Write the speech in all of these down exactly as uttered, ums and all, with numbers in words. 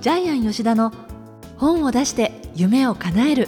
ジャイアン吉田の本を出して夢を叶える。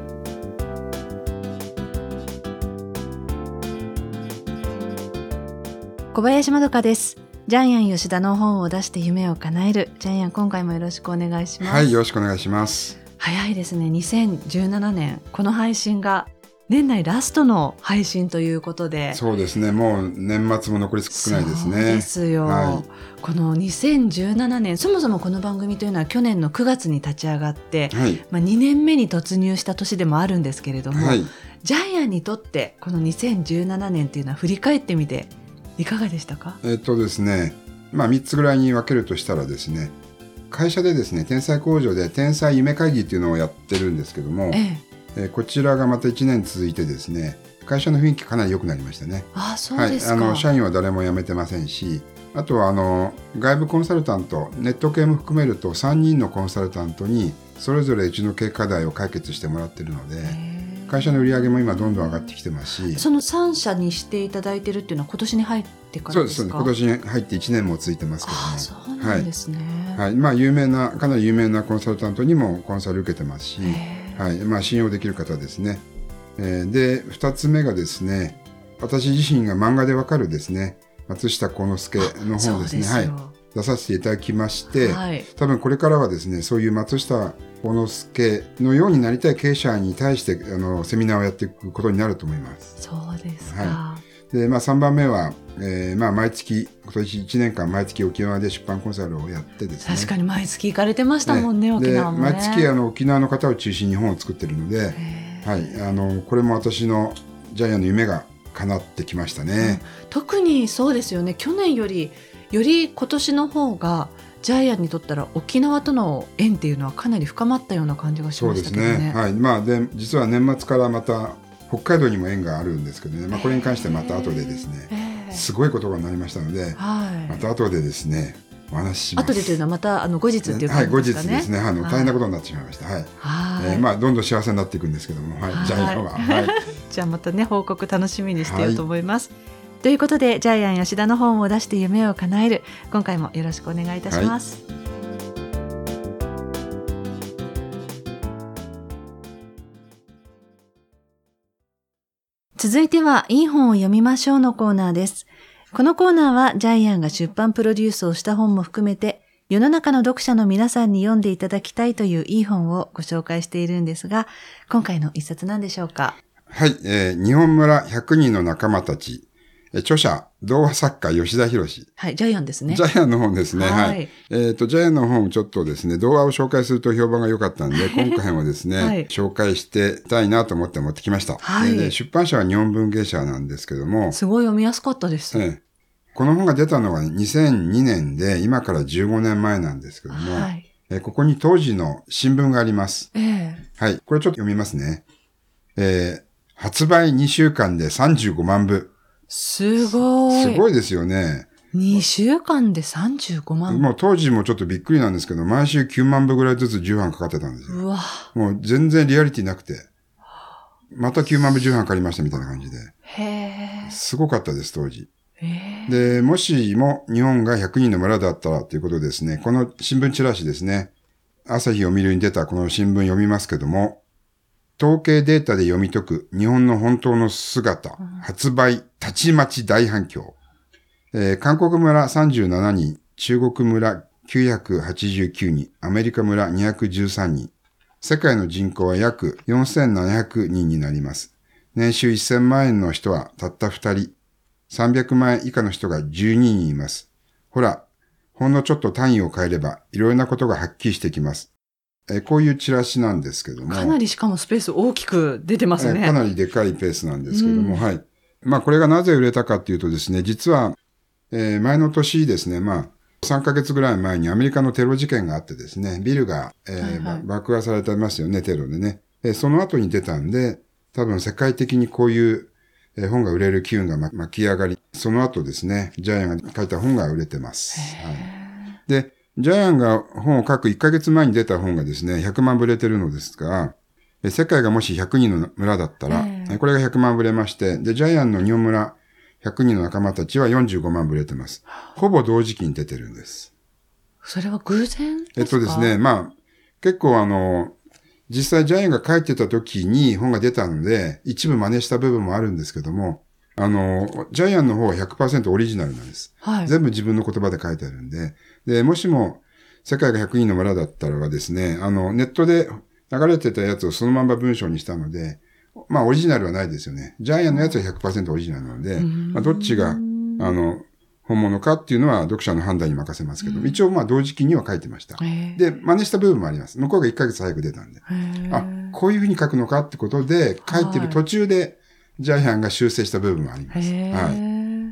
小林まどかです。ジャイアン吉田の本を出して夢を叶える。ジャイアン、今回もよろしくお願いします。 はい、よろしくお願いします。 早いですね。にせんじゅうななねん、この配信が年内ラストの配信ということで。 そうですね、もう年末も残り少ないですね。 そうですよ、はい、このにせんじゅうななねん、そもそもこの番組というのは去年のくがつに立ち上がって、はい、まあ、にねんめに突入した年でもあるんですけれども、はい、ジャイアンにとってこのにせんじゅうななねんというのは振り返ってみていかがでしたか？ えっとですね、まあ、みっつぐらいに分けるとしたらですね、会社でですね、天才工場で天才夢会議っていうのをやってるんですけども、えええー、こちらがまたいちねん続いてですね、会社の雰囲気かなり良くなりましたね。 ああ、そうですか。 はい、あの社員は誰も辞めてませんし、あとはあの外部コンサルタント、ネット系も含めるとさんにんのコンサルタントにそれぞれうちの経営課題を解決してもらってるので、会社の売り上げも今どんどん上がってきてますし。 そのさん社にしていただいてるっていうのは今年に入ってからですか？ そうです、今年に入っていちねんもついてますけども。 あ、そうなんですね。 はいはい、まあ、有名なかなり有名なコンサルタントにもコンサル受けてますし、はい、まあ、信用できる方ですね。えー、でふたつめがですね、私自身が漫画でわかるですね、松下幸之助の本ですね、はい、出させていただきまして、はい、多分これからはですね、そういう松下幸之助のようになりたい経営者に対してあのセミナーをやっていくことになると思います。 そうですか。 はい、でまあ、さんばんめは、えーまあ、毎月今年いちねんかん毎月沖縄で出版コンサルをやってですね。 確かに毎月行かれてましたもんね、ね、沖縄もね。 毎月あの沖縄の方を中心に本を作ってるので、はい、あのこれも私のジャイアンの夢が叶ってきましたね。 うん、特にそうですよね。去年よりより今年の方がジャイアンにとったら沖縄との縁っていうのはかなり深まったような感じがしましたけどね。 そうですね、はい、まあ、で実は年末からまた北海道にも縁があるんですけどね、まあ、これに関してはまた後でですね、すごいことがなりましたので、はい、また後でですねお話しします。 後でというのはまたあの後日っていう感じですかね。 はい、後日ですね。あの大変なことになってしまいました。はい。はい、えー、まあどんどん幸せになっていくんですけども、はい。はい、ジャイアンは、はい、 じゃあまたね報告楽しみにしていると思います。はい、ということでジャイアン吉田の本を出して夢を叶える、今回もよろしくお願いいたします。はい、続いてはいい本を読みましょうのコーナーです。このコーナーはジャイアンが出版プロデュースをした本も含めて世の中の読者の皆さんに読んでいただきたいといういい本をご紹介しているんですが、今回の一冊何でしょうか？ はい、えー、日本村ひゃくにんの仲間たち、著者童話作家吉田博。 はい、ジャイアンですね。 ジャイアンの本ですね。はい、はい、えっ、ー、とジャイアンの本ちょっとですね、童話を紹介すると評判が良かったんで今回もですね、はい、紹介してたいなと思って持ってきました。はい、で出版社は日本文芸社なんですけども、 すごい読みやすかったです。 えーこの本が出たのがにせんにねんで、今からじゅうごねんまえなんですけども、はい、えここに当時の新聞があります。えー、はい。これちょっと読みますね。えー、発売にしゅうかんでさんじゅうごまんぶ。 すごい。 すごいですよね。 にしゅうかんでさんじゅうごまんぶ。 もう当時もちょっとびっくりなんですけど、毎週きゅうまんぶぐらいずつ重版かかってたんですよ。うわ。もう全然リアリティなくて、またきゅうまんぶ重版かかりましたみたいな感じで。へー。すごかったです、当時。で、もしも日本がひゃくにんの村だったらということですね、この新聞チラシですね、朝日を見るに出たこの新聞読みますけども、統計データで読み解く日本の本当の姿、うん、発売、たちまち大反響。えー、韓国村さんじゅうななにん、中国村きゅうひゃくはちじゅうきゅうにん、アメリカ村にひゃくじゅうさんにん、世界の人口は約よんせんななひゃくにんになります。年収せんまんえんの人はたったふたり。さんびゃくまんえん以下の人がじゅうににんいます。ほら、ほんのちょっと単位を変えれば、いろいろなことがはっきりしてきます。えこういうチラシなんですけども。 かなりしかもスペース大きく出てますね。 かなりでかいペースなんですけども、うん、はい。まあこれがなぜ売れたかっていうとですね、実は、えー、前の年ですね、まあさんかげつぐらい前にアメリカのテロ事件があってですね、ビルが、えーはいはい、爆破されてますよね、テロでね。えー、その後に出たんで、多分世界的にこういう本が売れる機運が巻き上がり、その後ですね、ジャイアンが書いた本が売れてます。はい、で、ジャイアンが本を書くいっかげつまえに出た本がですね、ひゃくまんぶ売れてるのですが、世界がもしひゃくにんの村だったら、これがひゃくまんぶ売れまして、で、ジャイアンの日本村ひゃくにんの仲間たちはよんじゅうごまんぶ売れてます。ほぼ同時期に出てるんです。 それは偶然ですか？ えっとですね、まあ、結構あの、実際ジャイアンが書いてた時に本が出たので、一部真似した部分もあるんですけども、あの、ジャイアンの方は ひゃくパーセント オリジナルなんです。はい。全部自分の言葉で書いてあるんで、で、もしも世界がひゃくにんの村だったらばですね、あの、ネットで流れてたやつをそのまま文章にしたので、まあオリジナルはないですよね。ジャイアンのやつは ひゃくパーセント オリジナルなので、まあ、どっちが、あの、本物かっていうのは読者の判断に任せますけど、一応まあ同時期には書いてました。で、真似した部分もあります。向こうがいっかげつ早く出たんで。あ、こういうふうに書くのかってことで、書いてる途中で、ジャイアンが修正した部分もあります。はい。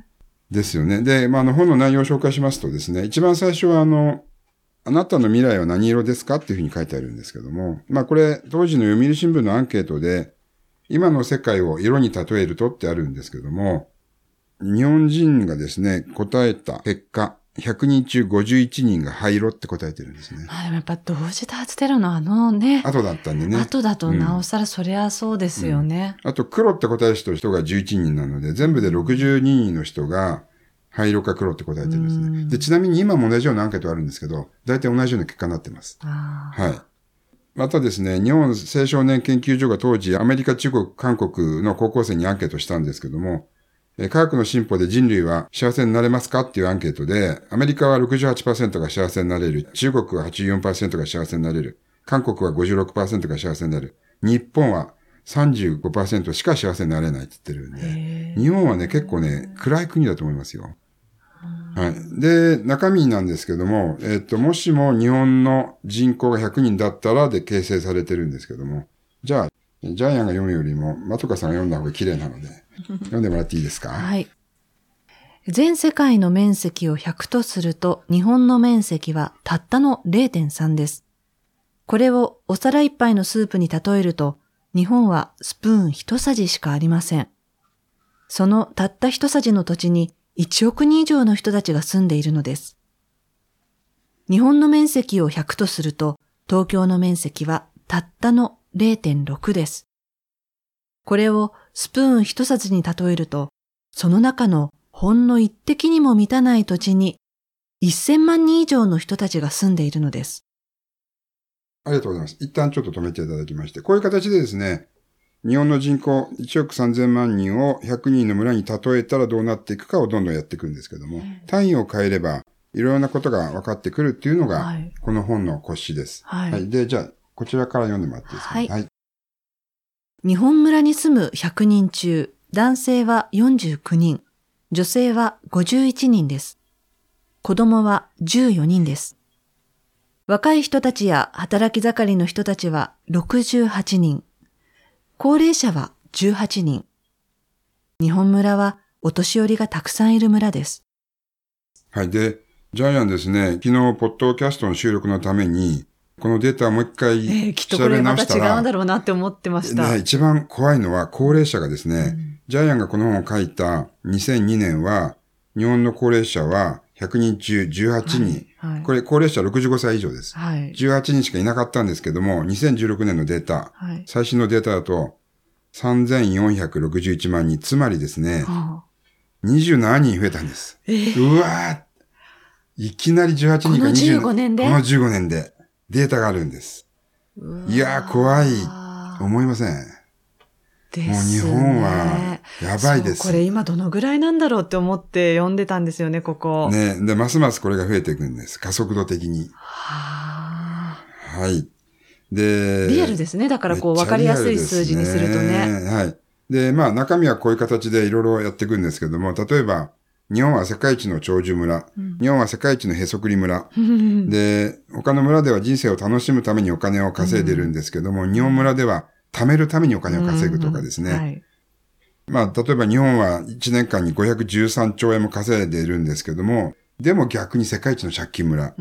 ですよね。で、まあ、あの本の内容を紹介しますとですね、一番最初はあの、あなたの未来は何色ですかっていうふうに書いてあるんですけども、まあこれ、当時の読売新聞のアンケートで、今の世界を色に例えるとってあるんですけども、日本人がですね、答えた結果、ひゃくにん中ごじゅういちにんが灰色って答えてるんですね。 あ、でもやっぱ同時多発テロのあのね。 後だったんでね。 後だとなおさらそりゃそうですよね。 うんうん、あと黒って答えた人がじゅういちにんなので、全部でろくじゅうににんの人が灰色か黒って答えてるんですね。で、ちなみに今も同じようなアンケートあるんですけど、大体同じような結果になってます。はい。またですね、日本青少年研究所が当時アメリカ、中国、韓国の高校生にアンケートしたんですけども、科学の進歩で人類は幸せになれますかっていうアンケートで、アメリカは ろくじゅうはちパーセント が幸せになれる。中国は はちじゅうよんパーセント が幸せになれる。韓国は ごじゅうろくパーセント が幸せになる。日本は さんじゅうごパーセント しか幸せになれないって言ってるんで、日本はね、結構ね、暗い国だと思いますよ。はい。で、中身なんですけども、えっと、もしも日本の人口がひゃくにんだったらで形成されてるんですけども、じゃあ、ジャイアンが読むよりも、まとかさんが読んだ方が綺麗なので、読んでもらっていいですか？ はい。全世界の面積をひゃくとすると、日本の面積はたったの れいてんさん です。これをお皿一杯のスープに例えると、日本はスプーン一さじしかありません。そのたった一さじの土地にいちおくにん以上の人たちが住んでいるのです。日本の面積をひゃくとすると、東京の面積はたったの れいてんろく です。これをスプーン一さじに例えると、その中のほんの一滴にも満たない土地にせんまんにん以上の人たちが住んでいるのです。 ありがとうございます。一旦ちょっと止めていただきまして、こういう形でですね、日本の人口いちおくさんぜんまんにんをひゃくにんの村に例えたらどうなっていくかをどんどんやっていくんですけども、単位を変えればいろいろなことが分かってくるっていうのが、この本の骨子です。はい。はい、で、じゃあ、こちらから読んでもらっていいですか？はい。はい、 日本村に住むひゃくにん中、男性はよんじゅうきゅうにん、女性はごじゅういちにんです。子供はじゅうよにんです。若い人たちや働き盛りの人たちはろくじゅうはちにん、高齢者はじゅうはちにん。日本村はお年寄りがたくさんいる村です。 はい。で、ジャイアンですね、昨日ポッドキャストの収録のために、このデータをもう一回調べ直したら、えー、きっとこれまた違うんだろうなって思ってました。 ね、一番怖いのは高齢者がですね、うん、ジャイアンがこの本を書いたにせんにねんは、日本の高齢者はひゃくにん中じゅうはちにん。はいはい、これ高齢者ろくじゅうごさい以上です、はい。じゅうはちにんしかいなかったんですけども、にせんじゅうろくねんのデータ、はい、最新のデータだとさんぜんよんひゃくろくじゅういちまんにん、つまりですね、はあ、にじゅうななにん増えたんです。えー、うわーいきなりじゅうはちにんがにじゅう、 このじゅうごねんでこのじゅうごねんでデータがあるんです。いやー怖い、思いません。ですね。もう日本はやばいです。 これ今どのぐらいなんだろうって思って読んでたんですよね、ここ。 ね。で、ますますこれが増えていくんです。加速度的に。はあ、はい。で、 リアルですね。だからこう分かりやすい数字にするとね。 はい。で、まあ中身はこういう形でいろいろやっていくんですけども、例えば、日本は世界一の長寿村、うん、日本は世界一のへそくり村、で、他の村では人生を楽しむためにお金を稼いでるんですけども、うん、日本村では貯めるためにお金を稼ぐとかですね。うんうんはい、まあ、例えば日本はいちねんかんにごひゃくじゅうさんちょうえんも稼いでいるんですけども、でも逆に世界一の借金村。うん、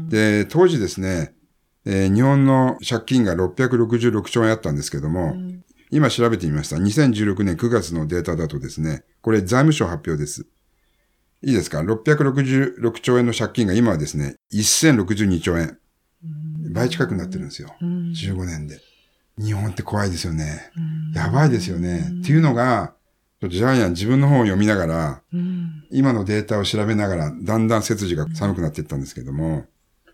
で、当時ですね、えー、日本の借金がろっぴゃくろくじゅうろくちょうえんあったんですけども、うん、今調べてみました。にせんじゅうろくねんくがつのデータだとですね、これ財務省発表です。いいですか ?ろっぴゃくろくじゅうろくちょうえんの借金が今はですね、せんろくじゅうにちょうえん。倍近くになってるんですよ。じゅうごねんで。日本って怖いですよね。やばいですよね。っていうのが、ジャイアン自分の本を読みながら、今のデータを調べながら、だんだん背筋が寒くなっていったんですけども、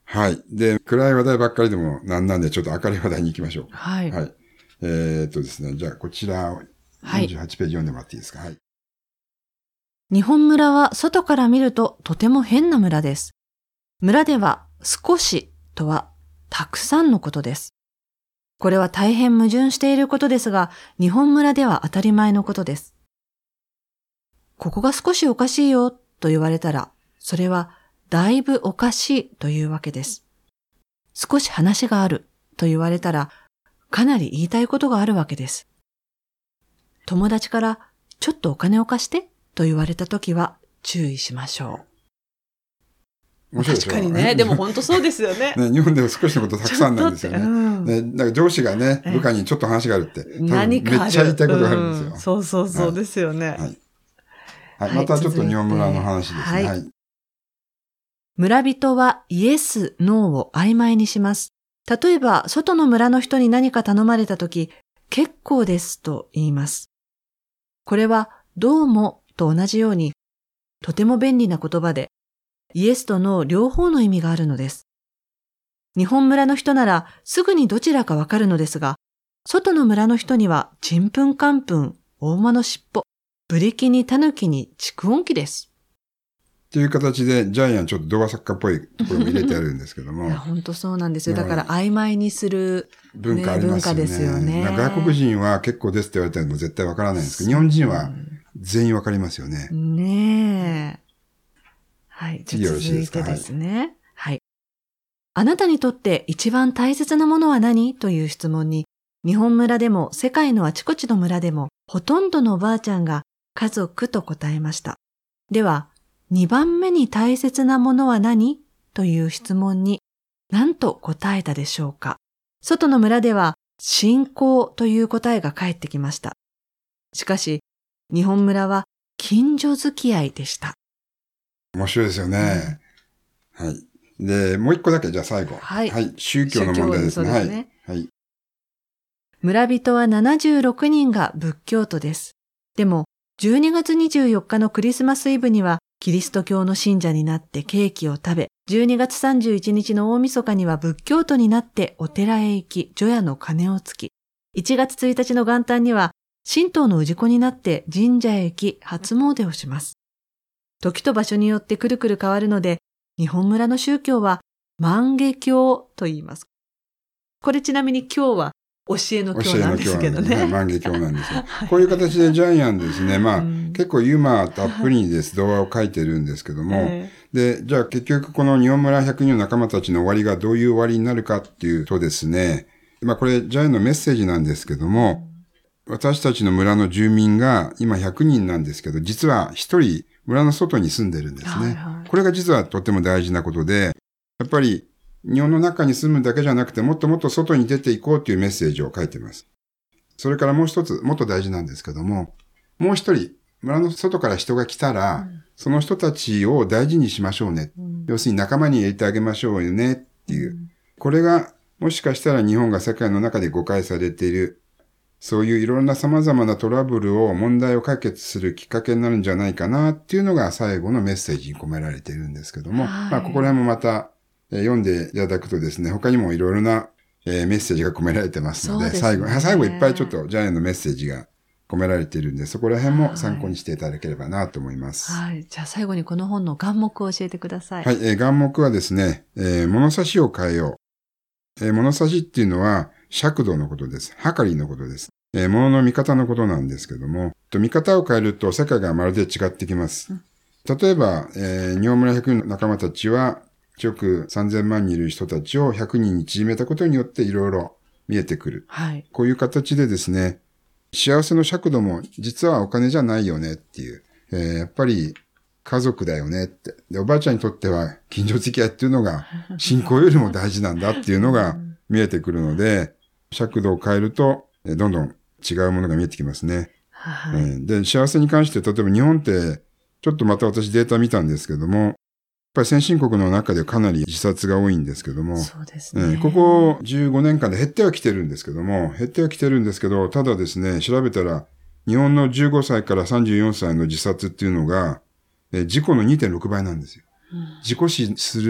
はい。で、暗い話題ばっかりでもなんなんで、ちょっと明るい話題に行きましょう。 はい。 はい。えー、っとですね、じゃあこちらをよんじゅうはちページ読んでもらっていいですか。はい。 日本村は外から見るととても変な村です。村では少しとはたくさんのことです。これは大変矛盾していることですが、日本村では当たり前のことです。ここが少しおかしいよと言われたら、それはだいぶおかしいというわけです。少し話があると言われたら、かなり言いたいことがあるわけです。友達からちょっとお金を貸してと言われたときは注意しましょう。確かにね。でも本当そうですよね。 ね、日本でも少しのことたくさんなんですよね。うん、ね、だから上司がね、部下にちょっと話があるって、何かめっちゃ言いたいことがあるんですよ。 うん、そうそうそうですよね。 はい。はいはい、またちょっと日本村の話ですね。はい。はい、 村人はイエス、ノーを曖昧にします。例えば、外の村の人に何か頼まれたとき、結構ですと言います。これは、どうもと同じように、とても便利な言葉で、イエスとノー両方の意味があるのです。日本村の人ならすぐにどちらかわかるのですが、外の村の人にはちんぷんかんぷん、大馬の尻尾、ブリキにタヌキに蓄音機です。 という形でジャイアンちょっと童話作家っぽいところも入れてあるんですけども。 いや本当そうなんですよ。だから曖昧にする、 ね、文化ありますよね。文化ですよね。外国人は結構ですって言われたらもう絶対わからないんですけど、日本人は全員わかりますよね。 ねえ。はい。じゃあ続いてですね。はい。あなたにとって一番大切なものは何？という質問に、日本村でも世界のあちこちの村でもほとんどのおばあちゃんが家族と答えました。では、にばんめに大切なものは何？という質問に何と答えたでしょうか。外の村では信仰という答えが返ってきました。しかし、日本村は近所付き合いでした。 面白いですよね。うん、はい。で、もう一個だけ、じゃあ最後。はい。はい。宗教の問題ですね。 ですね。 はい。はい。 村人はななじゅうろくにんが仏教徒です。でも、じゅうにがつにじゅうよっかのクリスマスイブには、キリスト教の信者になってケーキを食べ、じゅうにがつさんじゅういちにちの大晦日には仏教徒になってお寺へ行き、除夜の鐘をつき、いちがつついたちの元旦には、神道の氏子になって神社へ行き、初詣をします。時と場所によってくるくる変わるので、日本村の宗教は万華経と言います。これちなみに経は教えの経なんですけどね。 はい、万華経なんですよ。はい、こういう形でジャイアンですね。まあ、うん、結構ユーモアたっぷりにです童話を書いてるんですけども、えー、で、じゃあ結局この日本村ひゃくにんの仲間たちの終わりがどういう終わりになるかっていうとですね、まあこれジャイアンのメッセージなんですけども、うん、私たちの村の住民が今ひゃくにんなんですけど、実は一人村の外に住んでるんですね。はいはい、これが実はとても大事なことで、やっぱり日本の中に住むだけじゃなくて、もっともっと外に出ていこうというメッセージを書いています。それからもう一つ、もっと大事なんですけども、もう一人、村の外から人が来たら、うん、その人たちを大事にしましょうね。うん、要するに仲間に入れてあげましょうよねっていう。うん、これが、もしかしたら日本が世界の中で誤解されている、そういういろんな様々なトラブルを、問題を解決するきっかけになるんじゃないかなっていうのが最後のメッセージに込められているんですけども、はい、まあここら辺もまた、読んでいただくとですね、他にもいろいろな、えー、メッセージが込められてますので、でね、最後、最後いっぱいちょっとジャイアンのメッセージが込められているんで、そこら辺も参考にしていただければなと思います。 はい。はい、じゃあ最後にこの本の眼目を教えてください。 はい。えー、眼目はですね、えー、物差しを変えよう。えー、物差しっていうのは尺度のことです。計りのことです。えー、物の見方のことなんですけども、と見方を変えると世界がまるで違ってきます。うん、例えば、えー、日本村ひゃくにんの仲間たちは、いちおくさんぜんまんにんいる人たちをひゃくにんに縮めたことによっていろいろ見えてくる。はい。こういう形でですね、幸せの尺度も実はお金じゃないよねっていう。えー、やっぱり家族だよねって。で、おばあちゃんにとっては近所付き合いっていうのが信仰よりも大事なんだっていうのが見えてくるので、尺度を変えるとどんどん違うものが見えてきますね。はい。えー、で、幸せに関して例えば日本ってちょっとまた私データ見たんですけども、やっぱり先進国の中でかなり自殺が多いんですけども、 そうですね。 えー、ここじゅうごねんかんで減ってはきてるんですけども、減ってはきてるんですけど、ただですね、調べたら、日本のじゅうごさいからさんじゅうよんさいの自殺っていうのが、えー、事故の にてんろくばいなんですよ。うん、事故死する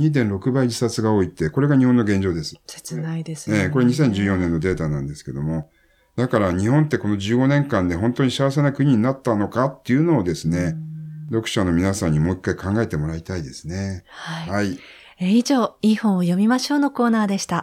にてんろくばい自殺が多いって、これが日本の現状です。 切ないですね。 えー、これにせんじゅうよねんのデータなんですけども、だから日本ってこのじゅうごねんかんで本当に幸せな国になったのかっていうのをですね、読者の皆さんにもう一回考えてもらいたいですね。 はい。 はい。 えー、以上、いい本を読みましょうのコーナーでした。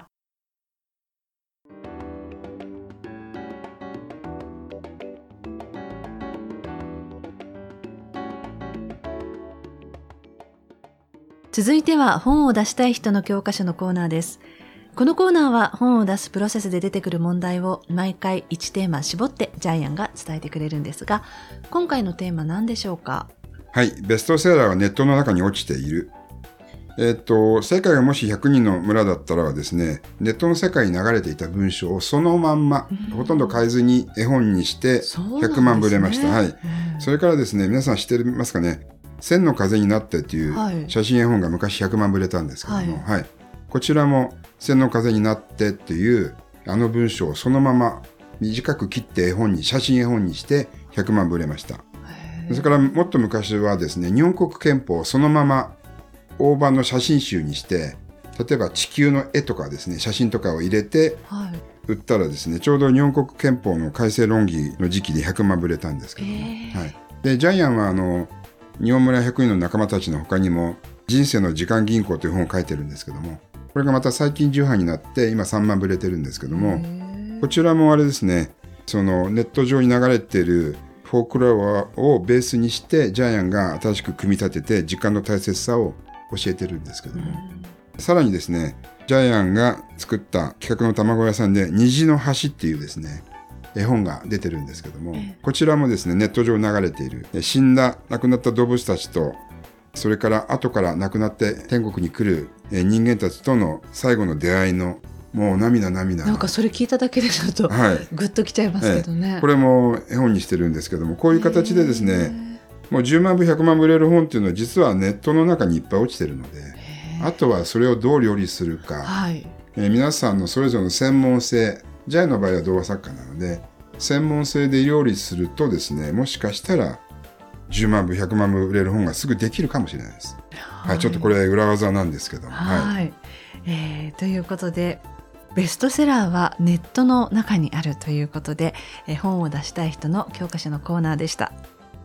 続いては本を出したい人の教科書のコーナーです。このコーナーは本を出すプロセスで出てくる問題を毎回いちテーマ絞ってジャイアンが伝えてくれるんですが、今回のテーマ何でしょうか？ はい、ベストセラーはネットの中に落ちている。えっと、世界がもしひゃくにんの村だったらですね、ネットの世界に流れていた文章をそのまんま、うん、ほとんど変えずに絵本にしてひゃくまんぶ売れました。はい。それからですね、皆さん知ってますかね、千の風になってっていう写真絵本が昔ひゃくまんぶ売れたんですけども、はいはい、こちらも千の風になってっていうあの文章をそのまま短く切って絵本に、写真絵本にしてひゃくまんぶ売れました。それからもっと昔はですね、日本国憲法をそのまま大判の写真集にして、例えば地球の絵とかですね、写真とかを入れて売ったらですね、はい、ちょうど日本国憲法の改正論議の時期でひゃくまんぶ売れたんですけども、はい、でジャイアンはあの日本村ひゃくにんの仲間たちの他にも人生の時間銀行という本を書いてるんですけども、これがまた最近重版になって今さんまんぶ売れてるんですけども、こちらもあれですね、そのネット上に流れているフォークロアをベースにしてジャイアンが新しく組み立てて時間の大切さを教えてるんですけども、さらにですね、ジャイアンが作った企画の卵屋さんで虹の橋っていうですね絵本が出てるんですけども、こちらもですねネット上に流れている死んだ亡くなった動物たちと、それから後から亡くなって天国に来る人間たちとの最後の出会いのもう涙涙、 なんかそれ聞いただけでちょっと、はい、グッときちゃいますけどね、 ええ、これも絵本にしてるんですけども、こういう形でですね、もうじゅうまんぶひゃくまんぶ売れる本っていうのは実はネットの中にいっぱい落ちてるので、あとはそれをどう料理するか、はい、え皆さんのそれぞれの専門性、ジャイの場合は童話作家なので専門性で料理するとですね、もしかしたらじゅうまんぶひゃくまんぶ売れる本がすぐできるかもしれないです、はいはい、ちょっとこれ裏技なんですけども、 はいはい、えー、ということでベストセラーはネットの中にあるということで、え本を出したい人の教科書のコーナーでした。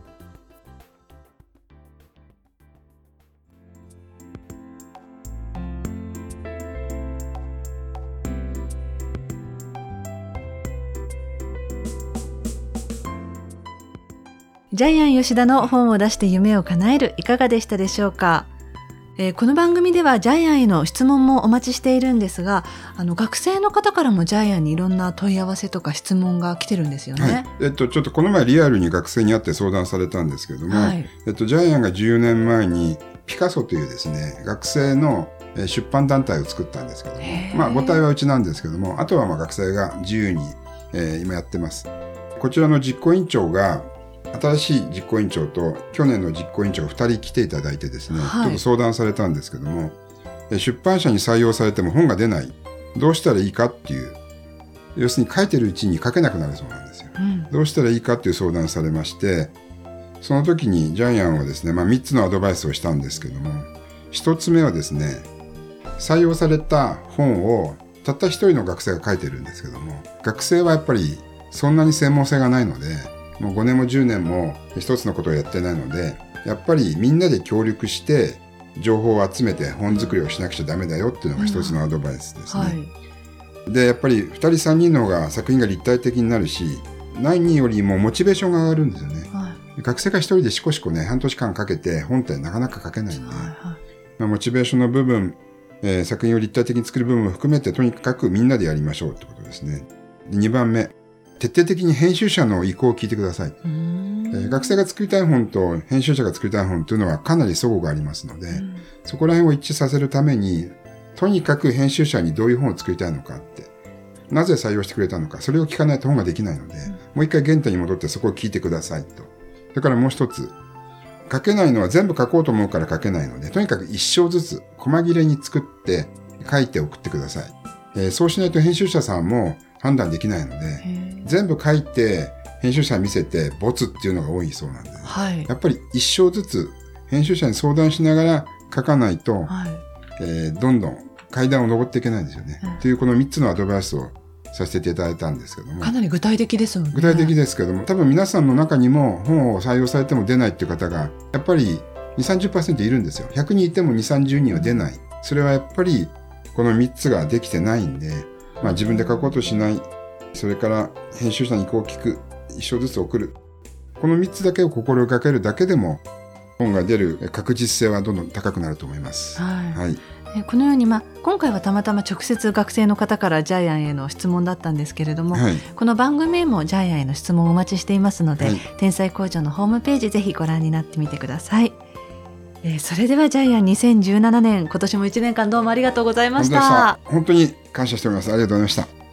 ジャイアン吉田の本を出して夢を叶える、いかがでしたでしょうか？えー、この番組ではジャイアンへの質問もお待ちしているんですが、あの学生の方からもジャイアンにいろんな問い合わせとか質問が来てるんですよね。はい、 えっと、ちょっとこの前リアルに学生に会って相談されたんですけども、はい、えっと、ジャイアンがじゅうねんまえにピカソというですね、学生の出版団体を作ったんですけども、まあ母体はうちなんですけども、あとはまあ学生が自由に、えー、今やってます。こちらの実行委員長が新しい実行委員長と去年の実行委員長ふたり来ていただいてですね、はい、ちょっと相談されたんですけども、出版社に採用されても本が出ない、どうしたらいいかっていう、要するに書いてるうちに書けなくなるそうなんですよ、うん、どうしたらいいかっていう相談されまして、その時にジャイアンはですね、まあ、みっつのアドバイスをしたんですけども、ひとつめはですね、採用された本をたった一人の学生が書いてるんですけども、学生はやっぱりそんなに専門性がないので、もうごねんもじゅうねんも一つのことをやってないので、やっぱりみんなで協力して情報を集めて本作りをしなくちゃダメだよっていうのが一つのアドバイスですね、うん、はい、でやっぱりふたりさんにんの方が作品が立体的になるし、何人よりもモチベーションが上がるんですよね、はい、学生が一人でしこしこね半年間かけて本ってなかなか書けないんで、はいはい、まあ、モチベーションの部分、えー、作品を立体的に作る部分も含めてとにかくみんなでやりましょうってことですね。でにばんめ、徹底的に編集者の意向を聞いてください。えー、学生が作りたい本と編集者が作りたい本というのはかなり齟齬がありますので、そこら辺を一致させるために、とにかく編集者にどういう本を作りたいのかって、なぜ採用してくれたのか、それを聞かないと本ができないので、うん、もう一回原点に戻ってそこを聞いてくださいと。だからもう一つ、書けないのは全部書こうと思うから書けないので、とにかく一章ずつ細切れに作って書いて送ってください。えー、そうしないと編集者さんも判断できないので、全部書いて編集者に見せてボツっていうのが多いそうなんで、はい、やっぱり一章ずつ編集者に相談しながら書かないと、はい、 えー、どんどん階段を上っていけないんですよね。うん、というこのみっつのアドバイスをさせていただいたんですけども。 かなり具体的ですよね。 具体的ですけども、多分皆さんの中にも本を採用されても出ないっていう方が、やっぱりにじゅう、さんじゅっパーセント いるんですよ。ひゃくにんいてもにじゅう、さんじゅうにんは出ない。それはやっぱりこのみっつができてないんで、まあ自分で書こうとしない。それから編集者にこう聞く。一章ずつ送る。このみっつだけを心がけるだけでも、本が出る確実性はどんどん高くなると思います。 はい。 はい、 このように、まあ、今回はたまたま直接学生の方からジャイアンへの質問だったんですけれども、はい、この番組へもジャイアンへの質問をお待ちしていますので、はい、天才工場のホームページぜひご覧になってみてください。えー、それではジャイアンにせんじゅうななねん、今年もいちねんかんどうもありがとうございました。 本当に感謝しております。ありがとうございました。